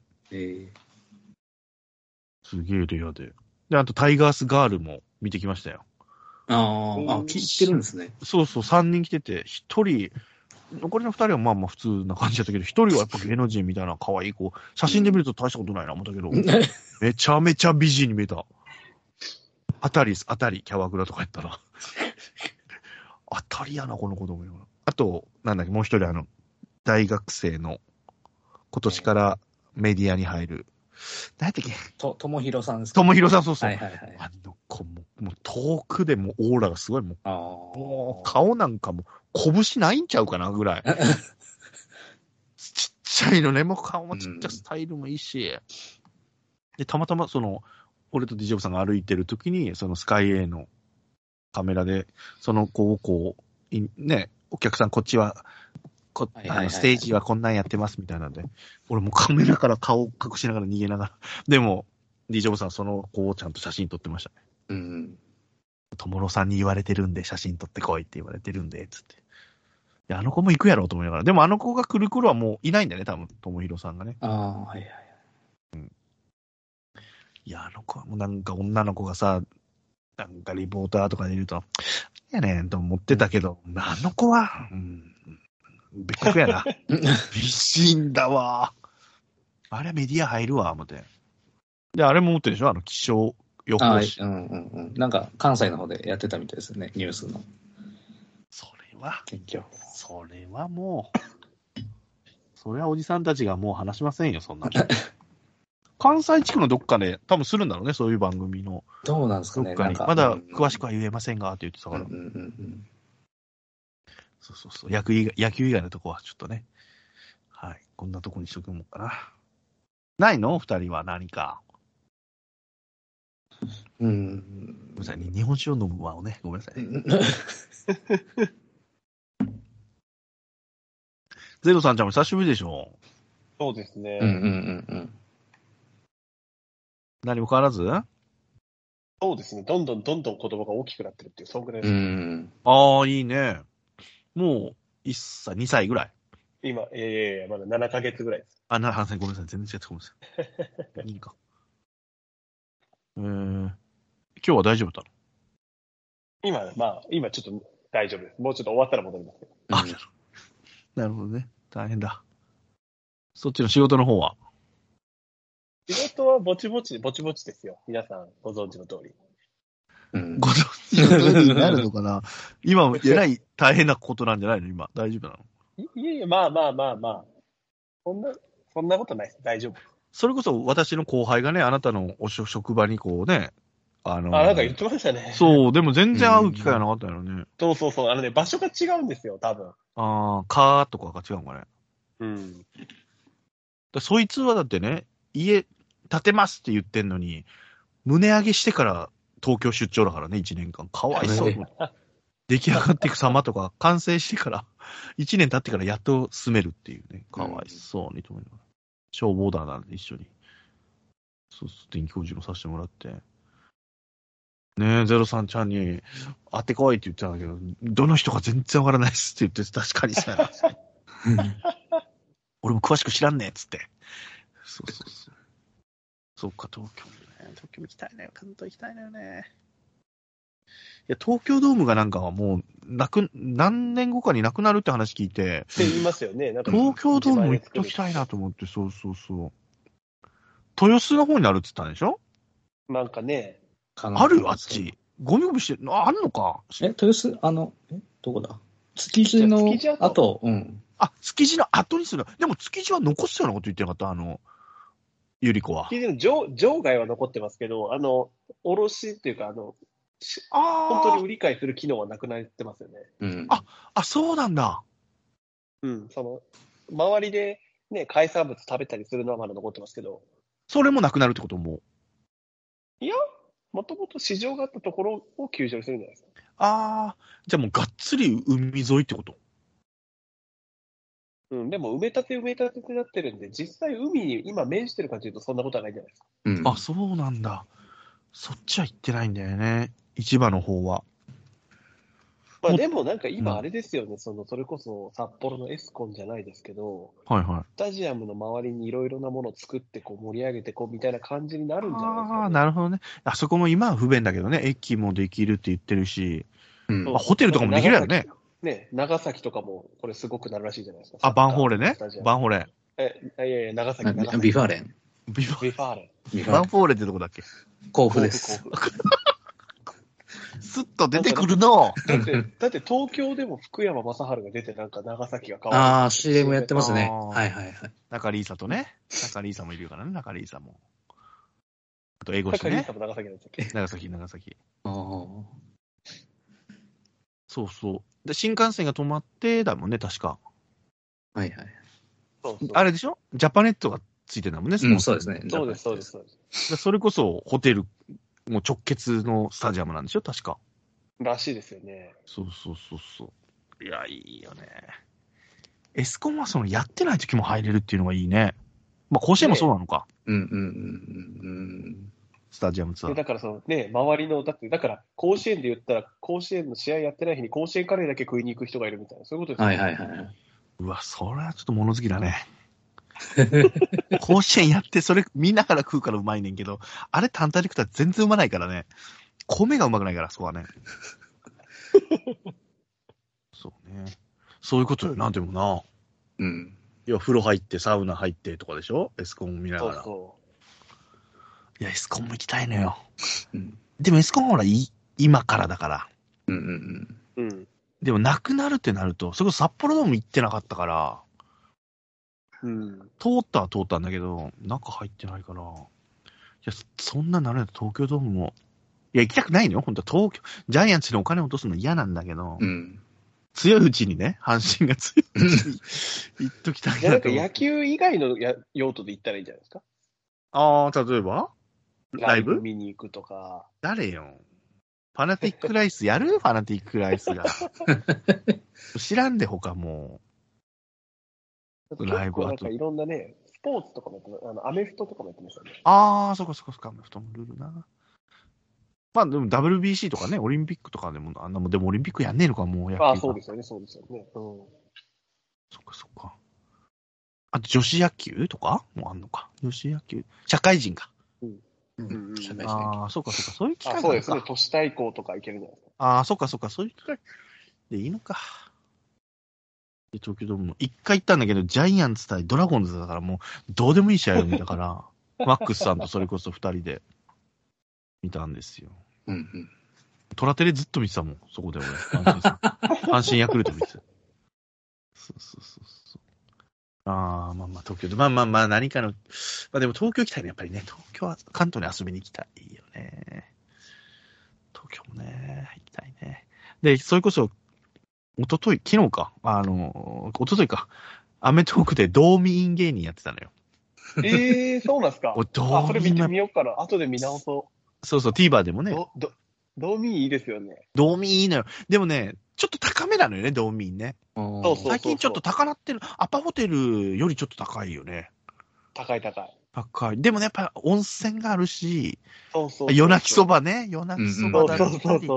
すげえレアで。で、あとタイガースガールも見てきましたよ。 聞いてるんですね。 そうそう、3人来てて、1人、残りの2人はまあまあ普通な感じだったけど、1人はやっぱ芸能人みたいな可愛い子、写真で見ると大したことないな、思ったけど、めちゃめちゃ美人に見えた。当たり、キャバクラとかやったら。当たりやな、この子供よ。あと、なんだっけ、もう一人大学生の、今年からメディアに入る、何やったっけ友広さんですか？ 友広さん、そうそう。 はいはいはい。 あの子もう遠くでもオーラがすごい、もう顔なんかも拳ないんちゃうかなぐらい。ちっちゃいのね、もう顔もちっちゃい、スタイルもいいし。で、たまたま俺と DJ ブさんが歩いてる時に、そのスカイ A のカメラで、その子をこう、ね、お客さんこっちは、ステージはこんなんやってますみたいなんで、俺もカメラから顔を隠しながら逃げながら、でも、DJ ブさんその子をちゃんと写真撮ってましたね。友野さんに言われてるんで、写真撮ってこいって言われてるんで、つって。いや、あの子も行くやろうと思いながら。でもあの子が来る頃はもういないんだね、多分、友広さんがね。 はいはい。 いや、あの子はもうなんか女の子がさ、なんかリポーターとかでいると、いやねんと思ってたけど、あの子は、別格やな。美人だわ。あれメディア入るわ、思って。で、あれも持ってるでしょ、気象予報士。 なんか関西の方でやってたみたいですよね、ニュースの。 それはもう、それはおじさんたちがもう話しませんよ、そんな。関西地区のどっかで多分するんだろうね、そういう番組の。 どうなんですかね。 どっかに。まだ詳しくは言えませんが、って言ってたから。そう。野球以外のとこはちょっとね。はい。こんなとこにしとくもんかな。ないの二人は何か。ごめんなさいね。日本酒を飲むわをね。ごめんなさいね。ゼロさんちゃんも久しぶりでしょ。 そうですね。 何も変わらず？ そうですね。どんどん子供が大きくなってるっていう、そんぐらいです。 ああ、いいね。もう、1歳、2歳ぐらい。 今、まだ7ヶ月ぐらいです。 ごめんなさい。全然違ってごめんなさい。いいか。今日は大丈夫だったの？今ちょっと大丈夫です。もうちょっと終わったら戻りますけど。 なるほどね。大変だ。そっちの仕事の方は？ 仕事はぼちぼちですよ。皆さんご存知の通り。 ご存知の通りになるのかな今、えらい大変なことなんじゃないの今、大丈夫なの？ いや、まあ。そんなことないです。大丈夫。 それこそ私の後輩がね、あなたの職場にこうね、 なんか言ってましたね。 そう、でも全然会う機会がなかったよね。 そう。場所が違うんですよ、多分。 カーとかが違うのかね。そいつはだってね、家建てますって言ってんのに、胸上げしてから東京出張だからね、1年間。かわいそう。出来上がっていく様とか、完成してから、1年経ってからやっと住めるっていうね、かわいそうにと思いながら。消防団なんで一緒に。 そうそう、電気工事のさせてもらって。ねえ、03ちゃんに、当てこいって言ってたんだけど、どの人か全然わからないっすって言って、確かにさ、俺も詳しく知らんねえっつって。そうそうそう。そうか、東京ね。東京行きたいね。関東行きたいのよね。いや、東京ドームがなんかもう、何年後かになくなるって話聞いて。 って言いますよね。なんか東京ドーム行っときたいなと思って、そうそうそう。豊洲の方になるって言ったんでしょ？なんかね。 ある？あっち。ゴミゴミしてる。あんのか？ 豊洲、どこだ？築地の後、うん。 あ、築地の後にする。でも築地は残すようなこと言ってなかった、ゆり子は。 築地の場外は残ってますけど、卸っていうか、本当に売り買いする機能はなくなってますよね。 うん。 そうなんだ。 うん、周りでね、海産物食べたりするのはまだ残ってますけど。 それもなくなるってことも？ いや、もともと市場があったところを球場にするんじゃないですか。 じゃあもうがっつり海沿いってこと？ うん、でも埋め立てってなってるんで、実際海に今面してるかというとそんなことはないじゃないですか。 うん、そうなんだ。そっちは行ってないんだよね。市場の方は。 まあでもなんか今あれですよね、それこそ札幌のエスコンじゃないですけど、 はいはい。 スタジアムの周りにいろいろなものを作ってこう盛り上げてこうみたいな感じになるんじゃないですか、ね。 なるほどね。あそこも今は不便だけどね、駅もできるって言ってるし、ホテルとかもできるよね。 長崎とかもこれすごくなるらしいじゃないですか。 バンホーレね。バンホーレ。 いや長崎。 ビファーレン。 ビファーレン。 バンフォーレってどこだっけ？ 甲府です。 スッと出てくるの。 だって東京でも福山雅治が出てなんか長崎が変わる。 CM やってますね。はいはいはい。 中里依紗とね。中里依紗もいるからね、中里依紗も。あと英語してね。 中里依紗も長崎なんですっけ？ 長崎。そうそう。で、新幹線が止まってだもんね、確か。 はいはい。 あれでしょ？ジャパネットがついてたもんね、 そうですね。 そうです。 それこそホテル、もう直結のスタジアムなんでしょ、確か。 らしいですよね。 そう。いや、いいよね。エスコンはやってない時も入れるっていうのがいいね。まあ、甲子園もそうなのか。スタジアムツアー。 だから周りの、だから甲子園で言ったら、甲子園の試合やってない日に甲子園カレーだけ食いに行く人がいるみたいな、そういうことですね。はい。 うわ、それはちょっと物好きだね。甲子園やって、それ見ながら食うからうまいねんけど、あれ単体で食ったら全然うまないからね。米がうまくないから、そこはね。そうね。そういうことよ、なんていうのな。うん。 いや、風呂入って、サウナ入ってとかでしょ？エスコン見ながら。いや、エスコンも行きたいのよ。でもエスコンはほら、今からだから。でも、なくなるってなると、それこそ札幌ドーム行ってなかったから、通ったんだけど、中入ってないから、いや、そんななるんだ、東京ドームも。いや、行きたくないのよ、本当は。ジャイアンツにお金を落とすの嫌なんだけど、強いうちにね、阪神が強いうちに行っときたいなと。 なんか野球以外の用途で行ったらいいんじゃないですか？ 例えばライブ見に行くとか。 誰よ。ファナティックライスやる？ファナティックライスが。知らんで、他もう。ライブなんかいろんなね、スポーツとかもやってます。アメフトとかもやってましたね。 そっか、アメフトもルールな。まあでも WBC とかね、オリンピックとかでも、でもオリンピックやんねえのか、もう野球。 そうですよね。 そっか。あと女子野球とかもあんのか。女子野球。社会人か。そうか。そういう機会そうですね。都市対抗とかいけるんじゃないですか。そうか。そういう機会でいいのか。で、東京ドーム一回行ったんだけど、ジャイアンツ対ドラゴンズだからもう、どうでもいい試合を見たから、マックスさんとそれこそ二人で見たんですよ。トラテレずっと見てたもん、そこで俺。阪神ヤクルト見てた。そう。まあ、東京で。まあ、何かの、でも東京行きたいね、やっぱりね。東京は関東に遊びに行きたいよね。東京もね、行きたいね。で、それこそ、昨日か。一昨日か。アメトークでドーミーン芸人やってたのよ。 そうなんすか。それ見てみようから。後で見直そう。 そう、TVer でもね。 ドーミーンいいですよね。 ドーミーンいいのよ。でもね、ちょっと高めなのよね、ドーミーンね。 そう。 最近ちょっと高なってる。アパホテルよりちょっと高いよね。 高い。 高い。でもね、やっぱ温泉があるし、 そう夜泣きそばね。夜泣きそばだそう。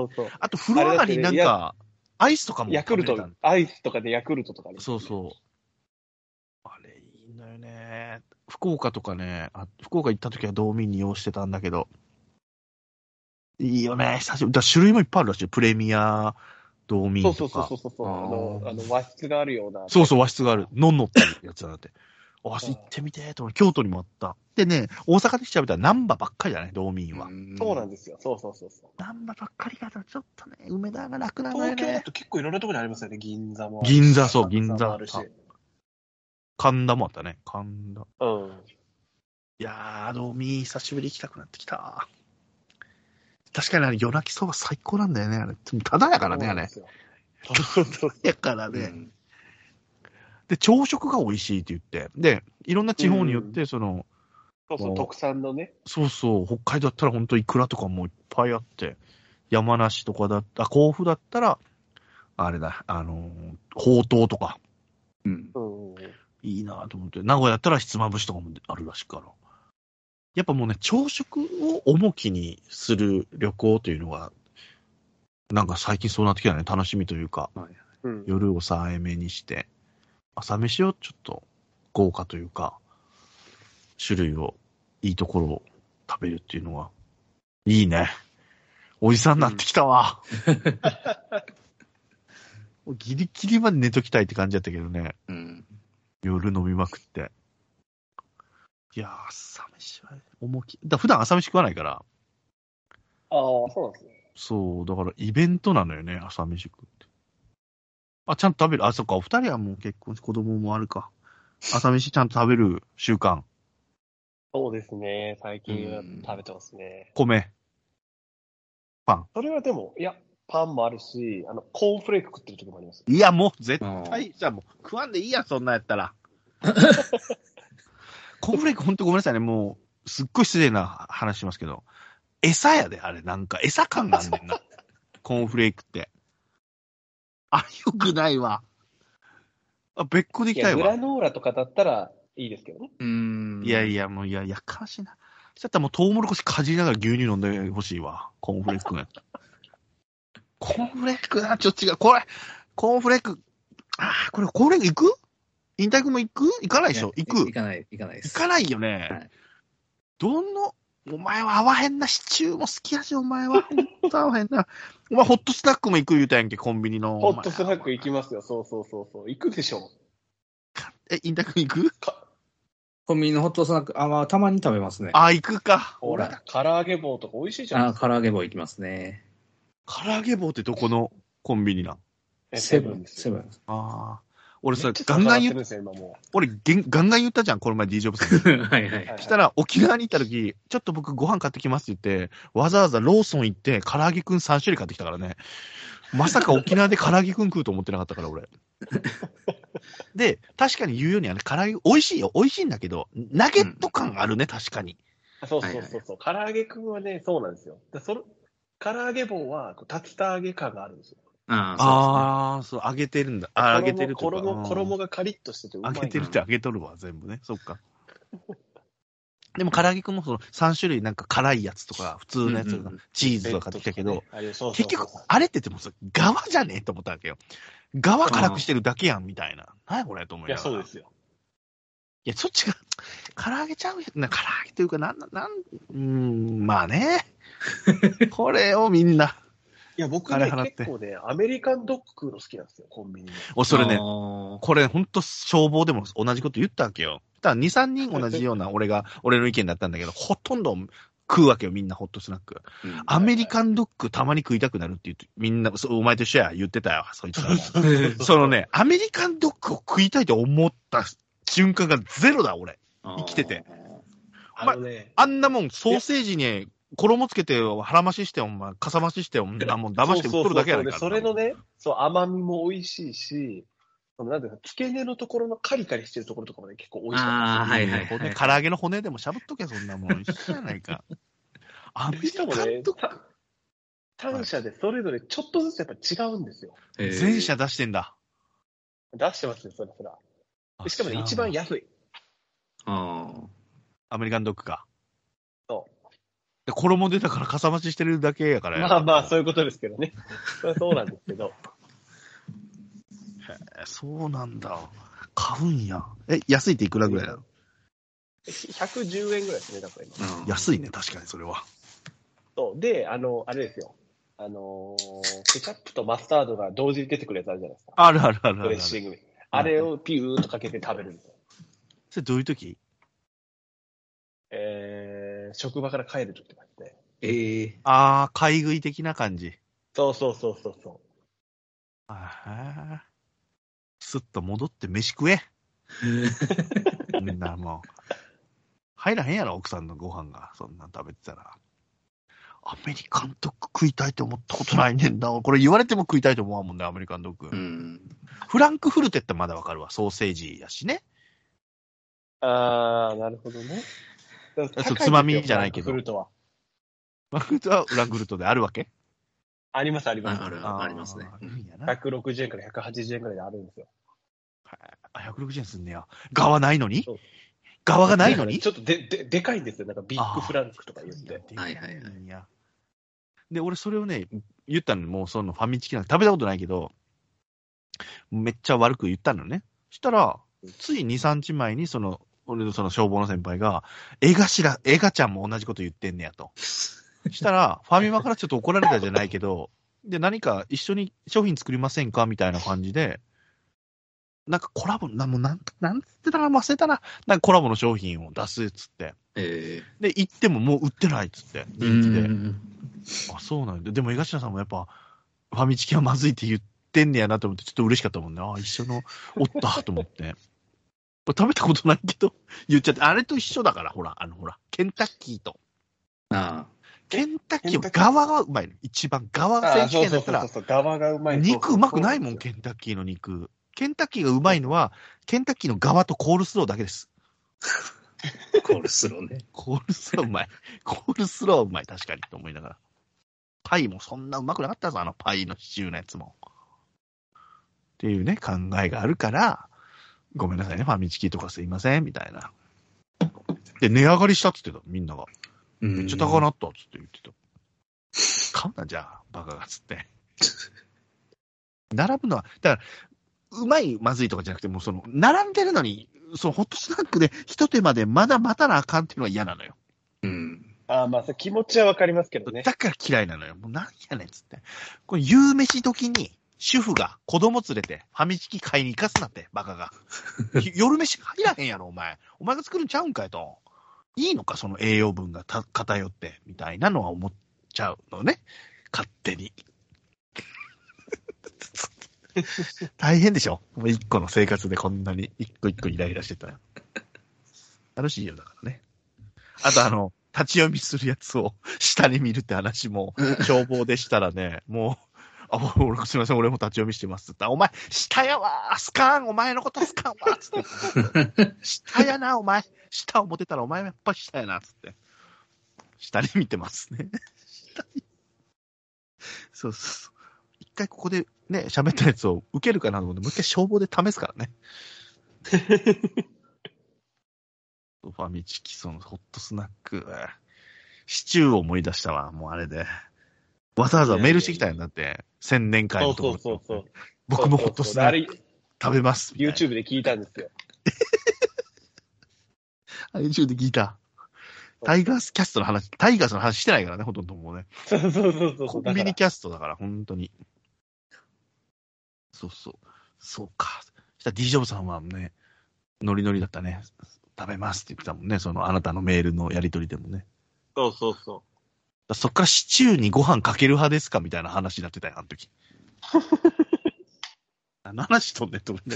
あと、風呂上がりなんか、アイスとかもヤクルト、アイスとかでヤクルトとかね。 そうそう。あれ、いいんだよね。福岡とかね、福岡行った時は道民に用してたんだけど、いいよね、久しぶり。だ種類もいっぱいあるらしい。プレミア、道民とか。 そう和室があるような。 そうそう、和室がある。のんのってやつだって。行ってみてーと、京都にもあった。でね、大阪で調べたら難波ばっかりだね、道民は。 そうなんですよ。そう。 難波ばっかりがちょっとね、梅田がなくなるね。 東京だと結構いろんなところにありますよね、銀座も。 銀座もあるし。神田もあったね、神田。いやー、道民久しぶり行きたくなってきた。確かに夜泣きそば最高なんだよね、あれ。ただやからね、あれ。やからね。で、朝食が美味しいって言って、で、いろんな地方によって、そう特産のね。 そうそう、北海道だったら本当イクラとかもいっぱいあって、山梨とか甲府だったら、あれだ、ほうとうとか。いいなと思って。名古屋だったらひつまぶしとかもあるらしいから。やっぱもうね、朝食を重きにする旅行というのが、なんか最近そうなってきたね、楽しみというか、夜を抑えめにして、朝飯をちょっと豪華というか、種類を、いいところを食べるっていうのは、いいね。おじさんになってきたわ。ギリギリまで寝ときたいって感じだったけどね。夜飲みまくって。いやー、朝飯は重き。普段朝飯食わないから。 ああ、そうなんですね。 そう、だからイベントなのよね、朝飯食って。ちゃんと食べる。そっか、お二人はもう結婚し、子供もあるか。朝飯ちゃんと食べる習慣。 そうですね。最近は食べてますね。 米。パン。 それはでも、いや、パンもあるし、コーンフレーク食ってる時もあります。 いや、もう絶対、じゃあもう食わんでいいや、そんなんやったら。コーンフレークほんとごめんなさいね、もう、すっごい失礼な話しますけど、餌やで、あれ、なんか、餌感があんねんな。コーンフレークって。よくないわ。別個でいきたいわ。 グラノーラとかだったらいいですけどね。 いや、もう、やかましいな。そうやったらもうトウモロコシかじりながら牛乳飲んでほしいわ。コーンフレークが。コーンフレークな、ちょっと違う。これ、コーンフレーク、これ、コーンフレーク行く？引退君も行かないでしょ？行く？ 行かないです。 行かないよね。はい、お前は合わへんな、シチューも好きやし、お前は。ほんと合わへんな。お前、ホットスナックも行く言うたやんけ、コンビニの。 ホットスナック行きますよ。そう。行くでしょ。 引退君行く？ コンビニのホットスナック、たまに食べますね。 行くか。 ほら、唐揚げ棒とか美味しいじゃないですか。 唐揚げ棒行きますね。 唐揚げ棒ってどこのコンビニなん？ セブンです。 俺さ、ガンガン言ったじゃん、この前 D ジョブさんに。はい。したら、沖縄に行った時、ちょっと僕ご飯買ってきますって言って、わざわざローソン行って、唐揚げくん3種類買ってきたからね。まさか沖縄で唐揚げくん食うと思ってなかったから、俺。で、確かに言うように、唐揚げ、美味しいよ。美味しいんだけど、ナゲット感あるね、確かに。 そう。唐揚げくんはね、そうなんですよ。唐揚げ棒は、竜田揚げ感があるんですよ。 そう、揚げてるんだ。揚げてるとか。 衣がカリッとしててうまい。 揚げてるって揚げとるわ、全部ね。そっか。でも、唐揚げくんもその3種類なんか辛いやつとか、普通のやつとか、チーズとか買ってきたけど、結局、あれって言ってもさ、側じゃねえと思ったわけよ。側辛くしてるだけやん、みたいな。何やこれと思いながら。 いや、そうですよ。 いや、そっちが、唐揚げちゃうやん。唐揚げというか、まあね。これをみんな。 いや、僕ね、結構ね、アメリカンドッグ食うの好きなんですよ、コンビニで。 それね、これほんと消防でも同じこと言ったわけよ。ただ2、3人同じような俺の意見だったんだけど、ほとんど食うわけよ、みんなホットスナック。アメリカンドッグたまに食いたくなるって言って、みんな、お前と一緒や、言ってたよ、そいつらも。そのね、アメリカンドッグを食いたいと思った瞬間がゼロだ、俺。生きてて。あんなもん、ソーセージに、衣つけて、腹増しして、かさ増しして、もう騙して売っとるだけやないか。 それのね、甘みも美味しいし、なんていうか、付け根のところのカリカリしてるところとかもね、結構美味しかったです。 唐揚げの骨でもしゃぶっとけ、そんなもん。一緒やないか。 しかもね、3社でそれぞれちょっとずつやっぱ違うんですよ。 全社出してんだ。 出してますよ、それ。しかもね、一番安い。 アメリカンドッグか。 そう。 で衣出たからかさ増ししてるだけやからや。 まあまあ、そういうことですけどね。そうなんですけど。 へえ、そうなんだ。買うんや。安いっていくらぐらいなの ？110円ぐらいですね、だから今。 安いね、確かにそれは。 そう。で、あれですよ。ケチャップとマスタードが同時に出てくるやつあるじゃないですか。 あるあるあるある。 ドレッシングに。あれをピューっとかけて食べるんですよ。 それどういう時？ 職場から帰る時とかですね。 ああ、買い食い的な感じ。 そうそうそうそうそう。 ああ。すっと戻って飯食え。みんなもう。入らへんやろ、奥さんのご飯が。そんなん食べてたら。アメリカンドッグ食いたいと思ったことないねんだ。これ言われても食いたいと思わんもんね、アメリカンドッグ。フランクフルトってまだわかるわ。ソーセージやしね。 あー、なるほどね。 つまみじゃないけど。 フランクフルトは。 フランクフルトはフランクフルトであるわけ？ あります、あります。 ありますね。 160円から180円くらいであるんですよ。 160円すんねや。側ないのに？側がないのに？ ちょっとでかいんですよ。なんかビッグフランクとか言って。 はいはいはい。 で、俺それをね、言ったのに、もうそのファミチキなんか食べたことないけど、めっちゃ悪く言ったのね。そしたら、つい2、3日前に俺のその消防の先輩が、映画ちゃんも同じこと言ってんねやと。したら、ファミマからちょっと怒られたじゃないけど、で、何か一緒に商品作りませんかみたいな感じで、なんかコラボ、なんつってたか忘れたな。なんかコラボの商品を出すっつって。で、行ってももう売ってないっつって、人気で。あ、そうなんだ。でも江頭さんもやっぱ、ファミチキはまずいって言ってんねやなと思って、ちょっと嬉しかったもんね。あ、一緒の、おったと思って。食べたことないけど、言っちゃって、あれと一緒だから、ほら、ケンタッキーと。ケンタッキーは側がうまいの。一番側が選手権だったら、 側がうまい。 肉うまくないもん、ケンタッキーの肉。ケンタッキーがうまいのは、ケンタッキーの側とコールスローだけです。 コールスローね。 コールスローうまい。コールスローうまい、確かにと思いながら。パイもそんなうまくなかったぞ、パイのシチューのやつも。っていうね、考えがあるから、ごめんなさいね、ファミチキとかすいません、みたいな。で、値上がりしたっつってた、みんなが。めっちゃ高くなったっつって言ってた。買うな、じゃあ、バカがつって。並ぶのは、だから、うまい、まずいとかじゃなくて、もう並んでるのに、ホットスナックで一手間でまだ待たなあかんっていうのは嫌なのよ。 まあ、気持ちはわかりますけどね。 だから嫌いなのよ。もうなんやねんっつって。これ、夕飯時に、主婦が子供連れてファミチキ買いに行かすなって、バカが。夜飯入らへんやろ、お前。お前が作るんちゃうんかいと。いいのか、その栄養分が偏って、みたいなのは思っちゃうのね。勝手に。大変でしょ？もう一個の生活でこんなに一個一個イライラしてたら。楽しいよ、だからね。あと立ち読みするやつを下に見るって話も、消防でしたらね、もう、すみません、俺も立ち読みしてますって。お前、下やわスカンお前のことスカンわつって。下やな、お前。下を持てたらお前はやっぱ下やな、つって。下に見てますね。下に。そうそう。一回ここでね、喋ったやつを受けるかなと思って、もう一回消防で試すからね。ファミチキ、ホットスナック、シチューを思い出したわ、もうあれで。わざわざメールしてきたんだって、1000年会のところ。そう。僕もホットスナック食べます。 YouTube で聞いたんですよ。 YouTube で聞いた。タイガースキャストの話、タイガースの話してないからね、ほとんどもうね。 そう。 コンビニキャストだから、本当に。そう。そうか。そしたら D ジョブさんはね、ノリノリだったね。食べますって言ってたもんね。あなたのメールのやり取りでもね。 そう。 そっからシチューにご飯かける派ですかみたいな話になってたよ、あの時。何の話とんねんと思って。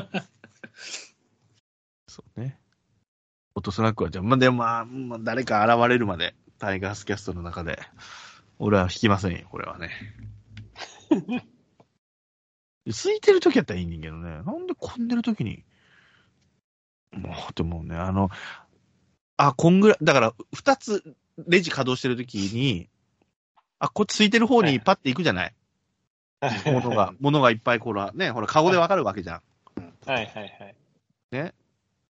そうね。ホットスナックはじゃあ、でも誰か現れるまで、タイガースキャストの中で、俺は引きませんよ、これはね。空いてる時やったらいいんだけどね。なんで混んでる時に、でもね、こんぐらい、だから、二つレジ稼働してる時に、こっち空いてる方にパッて行くじゃない、物がいっぱい、ほら、カゴでわかるわけじゃん。 はい。 ね。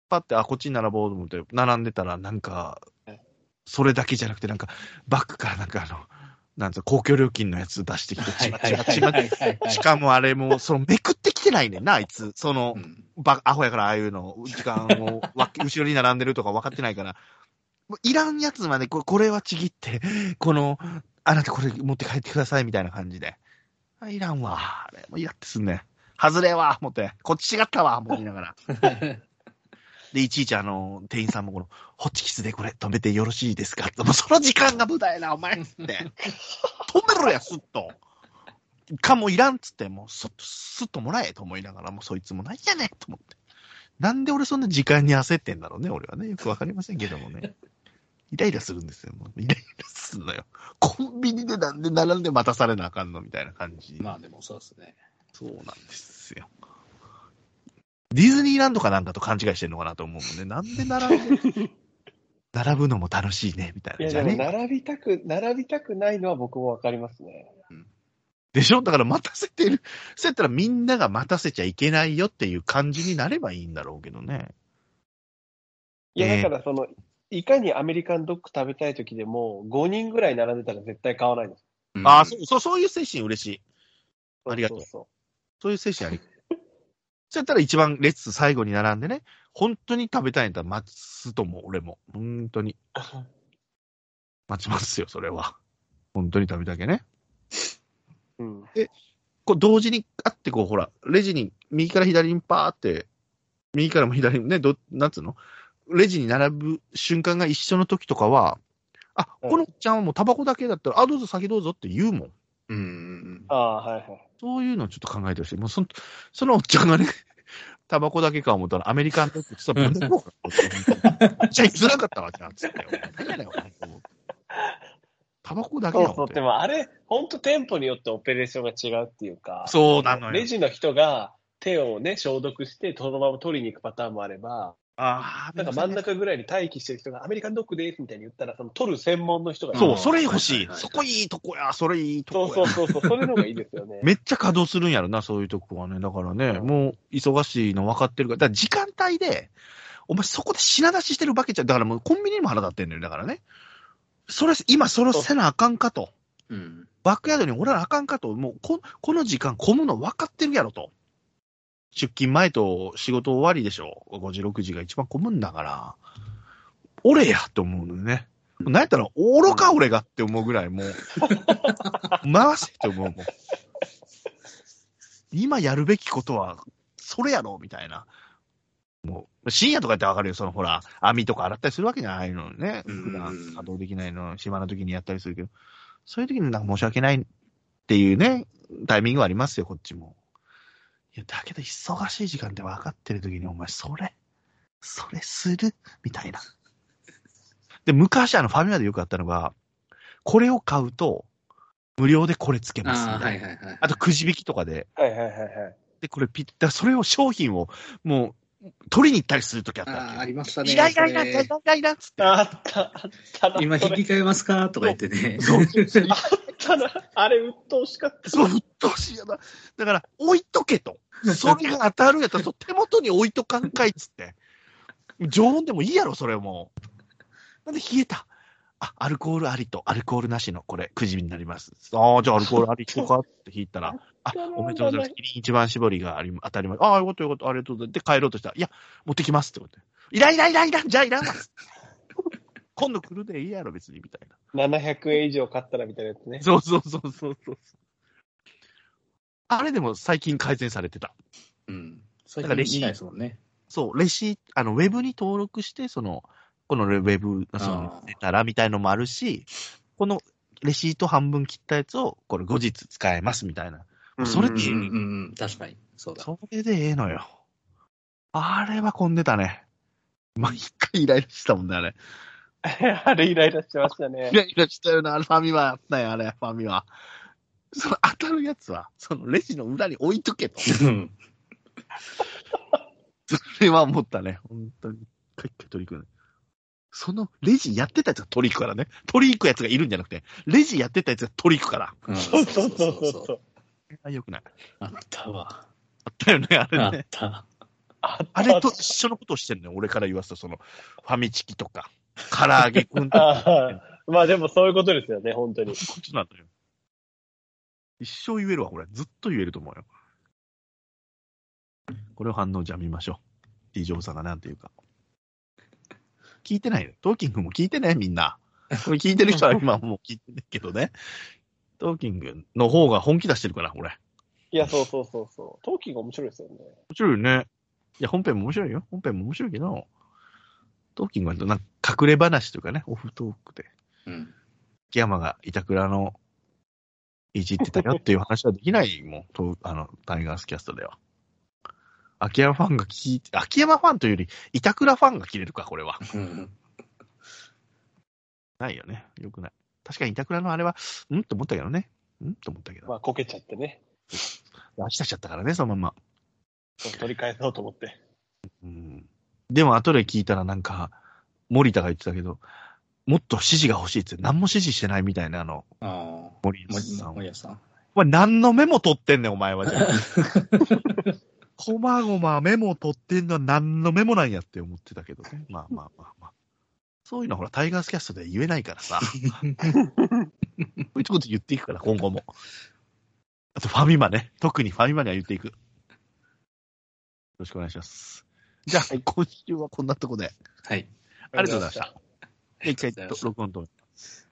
パって、こっちに並ぼうと思って、並んでたら、なんか、それだけじゃなくて、なんか、バッグからなんかなんつう公共料金のやつ出してきて、ちまちまちま。しかもあれも、めくってきてないねんな、あいつ。アホやからああいうの、時間を、後ろに並んでるとか分かってないから。いらんやつまで、これはちぎって、あなたこれ持って帰ってくださいみたいな感じで。いらんわ。あれ、もうイラってすんね。外れわ、思って。こっち違ったわ、思いながら。で、いちいち店員さんもホッチキスでこれ止めてよろしいですか？もうその時間が無駄やな、お前っつって。止めろや、すっと。もういらんっつって、もうすっともらえと思いながら、もうそいつもなんやねんと思って。なんで俺そんな時間に焦ってんだろうね、俺はね。よくわかりませんけどもね。イライラするんですよ。もうイライラするのよ。コンビニでなんで並んで待たされなあかんのみたいな感じ。 まあでもそうですね。 そうなんですよ。ディズニーランドかなんかと勘違いしてるのかなと思うもんね。なんで並ぶのも楽しいね、みたいな。 いや、でも並びたくないのは僕もわかりますね。 でしょ？だから待たせてる。そうやったらみんなが待たせちゃいけないよっていう感じになればいいんだろうけどね。 いや、だからいかにアメリカンドッグ食べたい時でも、5人ぐらい並んでたら絶対買わないです。 そういう精神嬉しい。ありがとう。そういう精神あり。そうやったら一番列最後に並んでね、本当に食べたいんだったら待つと思う、俺も。本当に。待ちますよ、それは。本当に食べたけね。で、同時にあって、ほら、レジに右から左にパーって、右からも左にね、なんつうの？レジに並ぶ瞬間が一緒の時とかは、このおっちゃんはもうタバコだけだったら、どうぞ先どうぞって言うもん。 はいはい。 そういうのをちょっと考えてほしい。もうそのおっちゃんがね、タバコだけか思ったらアメリカンドッグってさ、ぶんどこじゃあいづらかったわ、じゃあ、つって。何やねん、タバコだけそう、でもあれ、ほんと店舗によってオペレーションが違うっていうか、 そうなのよ。 レジの人が手をね、消毒して、そのまま取りに行くパターンもあれば、なんか真ん中ぐらいに待機してる人がアメリカンドッグですみたいに言ったら、取る専門の人がいる。 そう、それ欲しい。そこいいとこや、それいいとこや。 そう、それの方がいいですよね。 めっちゃ稼働するんやろな、そういうとこはね。だからね、もう忙しいの分かってるから。だから時間帯で、お前そこで品出ししてるわけじゃ、だからもうコンビニにも腹立ってんのよ。だからね。今それせなあかんかと。バックヤードにおらなあかんかと。もうこの時間混むの分かってるやろと。出勤前と仕事終わりでしょ。5時、6時が一番混むんだから。俺やって思うのね。なんやったら、愚か俺がって思うぐらい、もう、回せって思うもん。今やるべきことは、それやろみたいな。もう、深夜とかやってわかるよ。ほら、網とか洗ったりするわけじゃないのね。普段稼働できないの、暇な時にやったりするけど、そういう時になんか申し訳ないっていうね、タイミングはありますよ、こっちも。いや、だけど忙しい時間で分かってる時に、お前、それするみたいな。で、昔ファミマでよくあったのが、これを買うと、無料でこれつけますみたいな。あと、くじ引きとかで。で、これそれを商品を、もう、取りに行ったりするときあったわけ。 ありましたね。 イライラっつって。 あったな。 今引き換えますかとか言ってね。 あったな。あれ、鬱陶しかった。 そう、鬱陶しいやな。だから、置いとけと。それが当たるやったら、手元に置いとかんかいっつって。常温でもいいやろ、それも。なんで冷えた。アルコールありとアルコールなしのこれ、くじになります。じゃあアルコールありとかって引いたら、おめでとうございます。キリン一番搾りが当たります。よかったよかった、ありがとうございます。で、帰ろうとしたら、いや、持ってきますってことで。いらん、じゃあいらんわ。今度来るでいいやろ、別に、みたいな。700円以上買ったらみたいなやつね。 そう。あれでも最近改善されてた。 最近見ないですもんね。 そう、ウェブに登録して、このウェブの出たらみたいのもあるし、このレシート半分切ったやつを、これ後日使えますみたいな。それで、 確かに。そうだ。 それでええのよ。あれは混んでたね。毎回イライラしたもんね、あれ。 あれイライラしてましたね。 イライラしたよな、ファミマやったよ、あれ、ファミマ。当たるやつは、レジの裏に置いとけと。それは思ったね、本当に。一回取り組む。レジやってたやつが取り行くからね。取り行くやつがいるんじゃなくて、レジやってたやつが取り行くから。 そう。 よくない。 あったわ。 あったよね、あれね。 あった。 あれと一緒のことをしてるのよ、俺から言わすと、ファミチキとか、唐揚げくんとか。 まあでもそういうことですよね、本当に。 そういうことなんだよ。一生言えるわ、これ。ずっと言えると思うよ。これを反応じゃあ見ましょう。T ジョブさんがなんていうか。聞いてないよ。トーキングも聞いてね、みんな。これ聞いてる人は今もう聞いてるけどね。トーキングの方が本気出してるから、俺。 いや、そう。トーキング面白いですよね。面白いよね。いや、本編も面白いよ。本編も面白いけど、トーキングはなんか隠れ話というかね、オフトークで。秋山が板倉のいじってたよっていう話はできないもん、タイガースキャストでは。秋山ファンが聞いて、秋山ファンというより、板倉ファンが切れるか、これは。ないよね。よくない。確かに板倉のあれは、と思ったけどね。と思ったけど。 まあ、こけちゃってね。 出しちゃったからね、そのまま。 取り返そうと思って。 でも、後で聞いたらなんか、森田が言ってたけど、もっと指示が欲しいって、何も指示してないみたいな、森谷さん。お前、何のメモ取ってんねん、お前は。じゃあ。こまごまメモ取ってんのは何のメモなんやって思ってたけどね。まあ。そういうのはほら、タイガースキャストで言えないからさ。こういうこと言っていくから、今後も。あと、ファミマね。特にファミマには言っていく。よろしくお願いします。じゃあ、今週はこんなとこで。 はい。 ありがとうございました。一回、録音止めます。